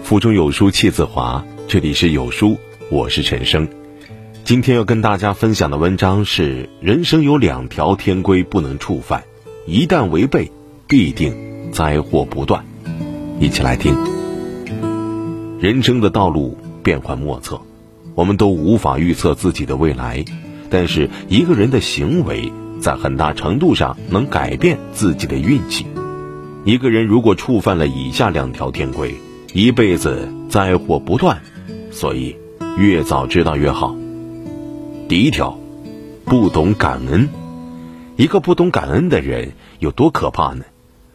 腹中有书气自华，这里是有书，我是陈生。今天要跟大家分享的文章是：人生有2条天规不能触犯，一旦违背，必定灾祸不断。一起来听。人生的道路变幻莫测，我们都无法预测自己的未来，但是一个人的行为在很大程度上能改变自己的运气。一个人如果触犯了以下2条天规，一辈子灾祸不断，所以越早知道越好。第一条，不懂感恩。一个不懂感恩的人有多可怕呢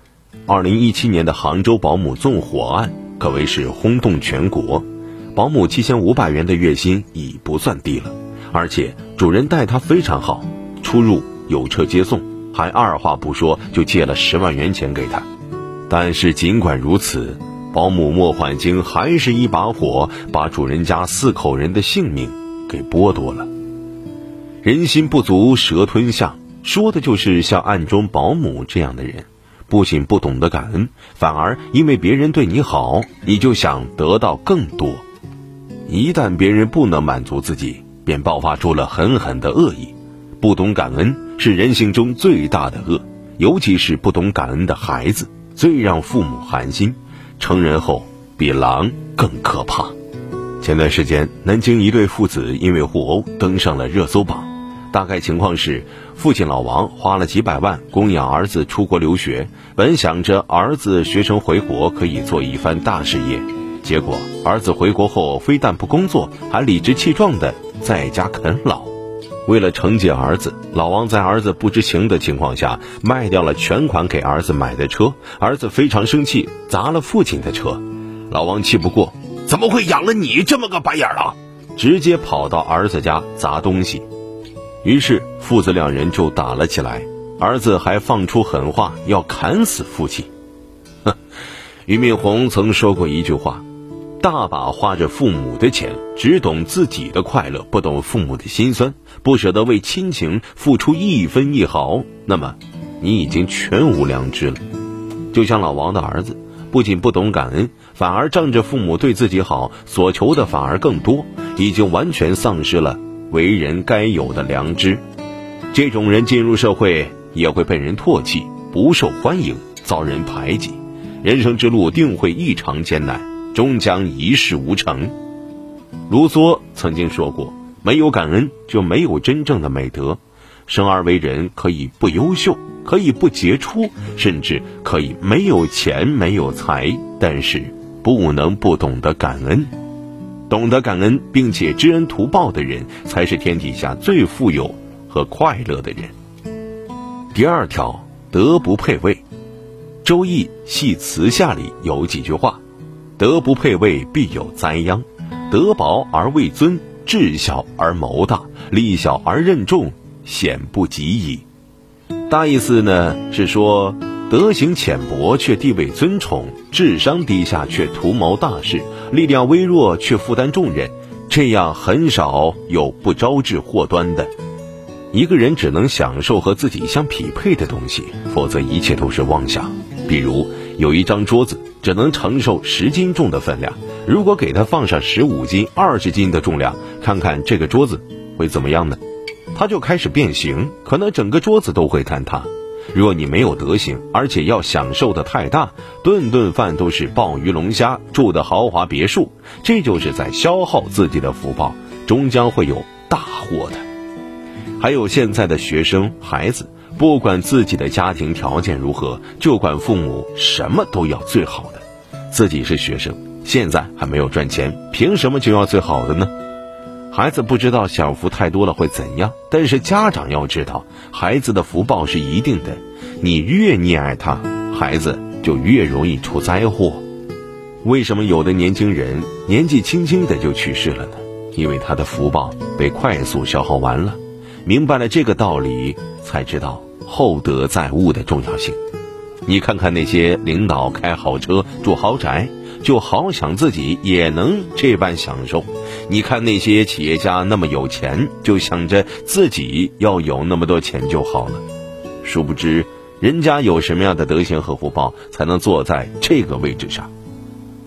？2017年的杭州保姆纵火案可谓是轰动全国，保姆7500元的月薪已不算低了，而且主人待她非常好，出入有车接送，还二话不说就借了10万元钱给她。但是尽管如此，保姆莫缓经还是一把火把主人家4口人的性命给剥夺了。人心不足蛇吞象，说的就是像案中保姆这样的人，不仅不懂得感恩，反而因为别人对你好，你就想得到更多。一旦别人不能满足自己，便爆发出了狠狠的恶意。不懂感恩是人性中最大的恶，尤其是不懂感恩的孩子，最让父母寒心，成人后比狼更可怕。前段时间，南京一对父子因为互殴登上了热搜榜。大概情况是，父亲老王花了几百万供养儿子出国留学，本想着儿子学成回国可以做一番大事业，结果儿子回国后非但不工作，还理直气壮地在家啃老。为了惩戒儿子，老王在儿子不知情的情况下卖掉了全款给儿子买的车，儿子非常生气，砸了父亲的车。老王气不过，怎么会养了你这么个白眼啊，直接跑到儿子家砸东西。于是父子2人就打了起来，儿子还放出狠话要砍死父亲。俞敏洪曾说过一句话，大把花着父母的钱，只懂自己的快乐，不懂父母的辛酸，不舍得为亲情付出1分1毫，那么你已经全无良知了。就像老王的儿子，不仅不懂感恩，反而仗着父母对自己好，所求的反而更多，已经完全丧失了为人该有的良知。这种人进入社会也会被人唾弃，不受欢迎，遭人排挤，人生之路定会异常艰难，终将一事无成。卢梭曾经说过，没有感恩就没有真正的美德。生而为人，可以不优秀，可以不杰出，甚至可以没有钱没有财，但是不能不懂得感恩。懂得感恩并且知恩图报的人，才是天底下最富有和快乐的人。第2条，德不配位。周易系辞下里有几句话：德不配位，必有灾殃；德薄而位尊，智小而谋大，力小而任重，险不及矣。大意思呢是说，德行浅薄却地位尊崇，智商低下却图谋大事，力量微弱却负担重任，这样很少有不招致祸端的。一个人只能享受和自己相匹配的东西，否则一切都是妄想。比如有一张桌子只能承受10斤重的分量，如果给它放上15斤、20斤的重量，看看这个桌子会怎么样呢？它就开始变形，可能整个桌子都会坍塌。若你没有德行，而且要享受的太大，顿顿饭都是鲍鱼龙虾，住的豪华别墅，这就是在消耗自己的福报，终将会有大祸的。还有现在的学生孩子，不管自己的家庭条件如何，就管父母什么都要最好的。自己是学生，现在还没有赚钱，凭什么就要最好的呢？孩子不知道享福太多了会怎样，但是家长要知道，孩子的福报是一定的，你越溺爱他，孩子就越容易出灾祸。为什么有的年轻人年纪轻轻的就去世了呢？因为他的福报被快速消耗完了。明白了这个道理，才知道厚德载物的重要性。你看看那些领导开好车住豪宅，就好想自己也能这般享受。你看那些企业家那么有钱，就想着自己要有那么多钱就好了。殊不知人家有什么样的德行和福报，才能坐在这个位置上。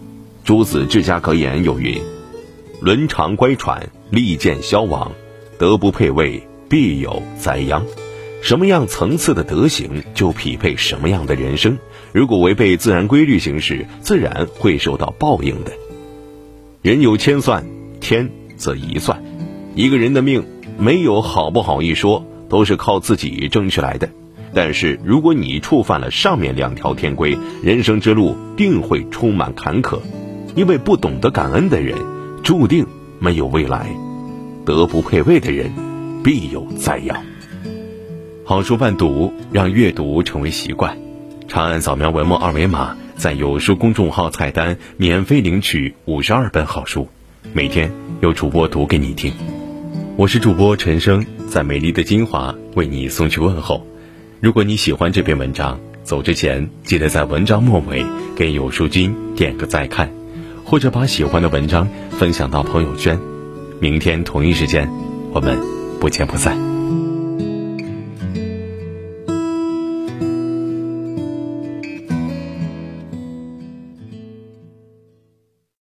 诸子治家格言有云：伦常乖舛，利剑消亡，德不配位，必有灾殃。什么样层次的德行，就匹配什么样的人生。如果违背自然规律行事，自然会受到报应的。人有千算，天则一算。一个人的命没有好不好一说，都是靠自己争取来的。但是如果你触犯了上面2条天规，人生之路定会充满坎坷。因为不懂得感恩的人，注定没有未来；德不配位的人，必有灾殃。 好书伴读，让阅读成为习惯。长按扫描文末2维码，在有书公众号菜单免费领取52本好书，每天有主播读给你听。我是主播陈生，在美丽的金华为你送去问候。如果你喜欢这篇文章，走之前记得在文章末尾给有书君点个再看，或者把喜欢的文章分享到朋友圈。明天同一时间，我们不见不散。